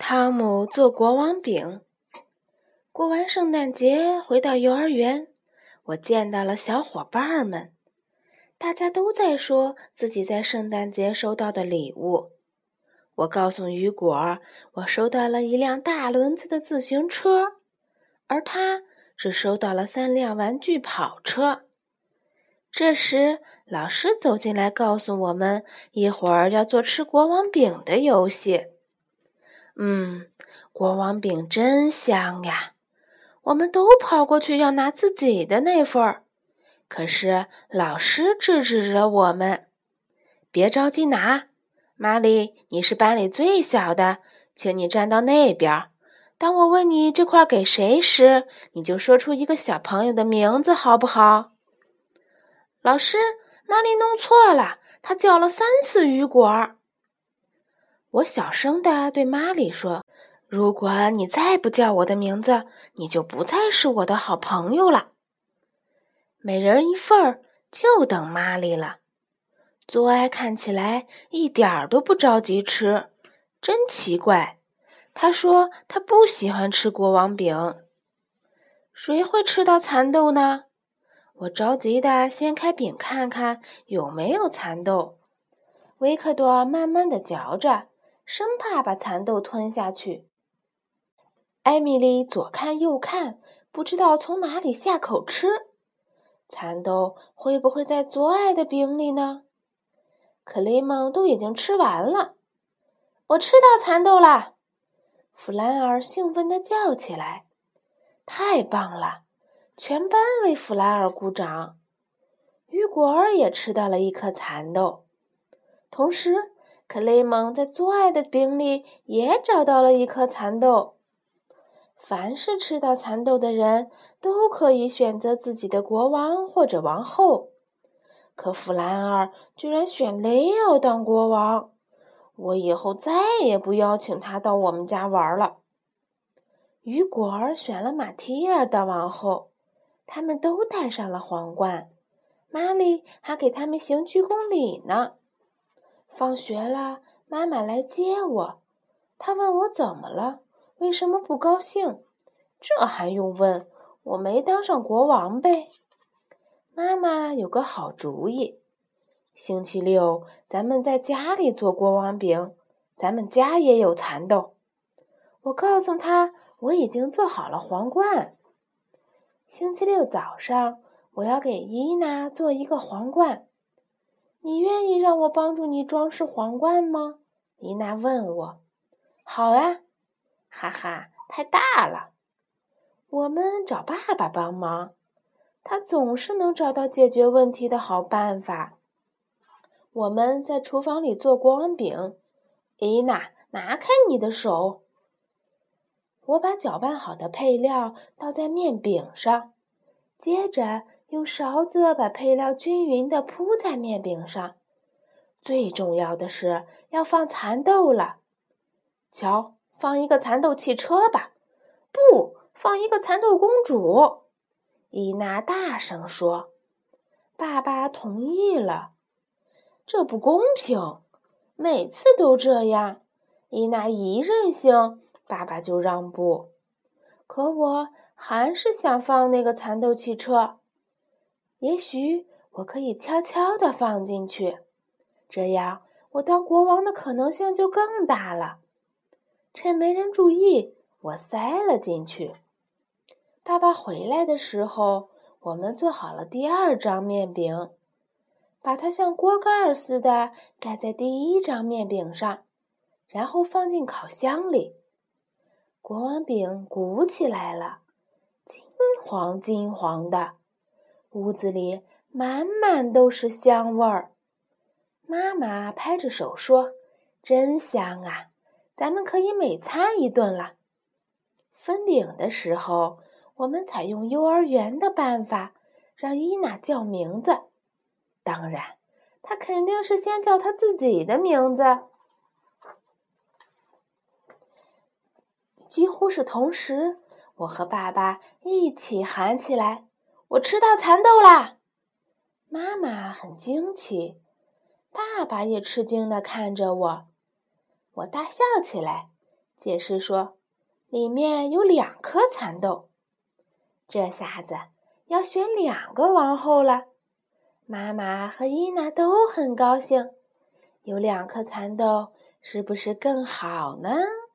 汤姆做国王饼。过完圣诞节回到幼儿园，我见到了小伙伴们，大家都在说自己在圣诞节收到的礼物。我告诉雨果，我收到了一辆大轮子的自行车，而他只收到了3辆玩具跑车。这时，老师走进来告诉我们，一会儿要做吃国王饼的游戏。国王饼真香呀！我们都跑过去要拿自己的那份儿，可是老师制止了我们。别着急拿，玛丽，你是班里最小的，请你站到那边。当我问你这块给谁时，你就说出一个小朋友的名字，好不好？老师，玛丽弄错了，她叫了3次雨果。我小声地对玛丽说，如果你再不叫我的名字，你就不再是我的好朋友了。每人一份儿，就等玛丽了。佐埃看起来一点儿都不着急吃，真奇怪。他说他不喜欢吃国王饼。谁会吃到蚕豆呢？我着急地掀开饼看看有没有蚕豆。维克多慢慢地嚼着，生怕把蚕豆吞下去。艾米丽左看右看，不知道从哪里下口吃。蚕豆会不会在佐爱的饼里呢？克雷蒙都已经吃完了。我吃到蚕豆了！弗兰尔兴奋地叫起来。太棒了！全班为弗兰尔鼓掌。雨果儿也吃到了一颗蚕豆。同时，克雷蒙在佐爱的饼里也找到了一颗蚕豆。凡是吃到蚕豆的人都可以选择自己的国王或者王后，可弗兰尔居然选雷奥当国王，我以后再也不邀请他到我们家玩了。雨果儿选了马提尔当王后，他们都戴上了皇冠，玛丽还给他们行鞠躬礼呢。放学了，妈妈来接我，她问我怎么了，为什么不高兴？这还用问？我没当上国王呗。妈妈有个好主意，星期六咱们在家里做国王饼，咱们家也有蚕豆。我告诉她我已经做好了皇冠。星期六早上我要给伊娜做一个皇冠。你愿意让我帮助你装饰皇冠吗？伊娜问我。好啊，哈哈，太大了。我们找爸爸帮忙，他总是能找到解决问题的好办法。我们在厨房里做国王饼。伊娜，拿开你的手。我把搅拌好的配料倒在面饼上，接着用勺子把配料均匀地铺在面饼上。最重要的是要放蚕豆了。瞧，放一个蚕豆汽车吧。不，放一个蚕豆公主。伊娜大声说。爸爸同意了。这不公平，每次都这样。伊娜一任性，爸爸就让步。可我还是想放那个蚕豆汽车。也许我可以悄悄地放进去，这样我当国王的可能性就更大了。趁没人注意，我塞了进去。爸爸回来的时候，我们做好了第2张面饼，把它像锅盖似的盖在第1张面饼上，然后放进烤箱里。国王饼鼓起来了，金黄金黄的，屋子里满满都是香味儿。妈妈拍着手说：“真香啊，咱们可以每餐一顿了。”分饼的时候，我们采用幼儿园的办法，让伊娜叫名字。当然，她肯定是先叫她自己的名字。几乎是同时，我和爸爸一起喊起来：“我吃到蚕豆啦！”妈妈很惊奇，爸爸也吃惊地看着我。我大笑起来， 解释说，里面有2颗蚕豆。这下子要选2个王后了。妈妈和伊娜都很高兴，有2颗蚕豆是不是更好呢？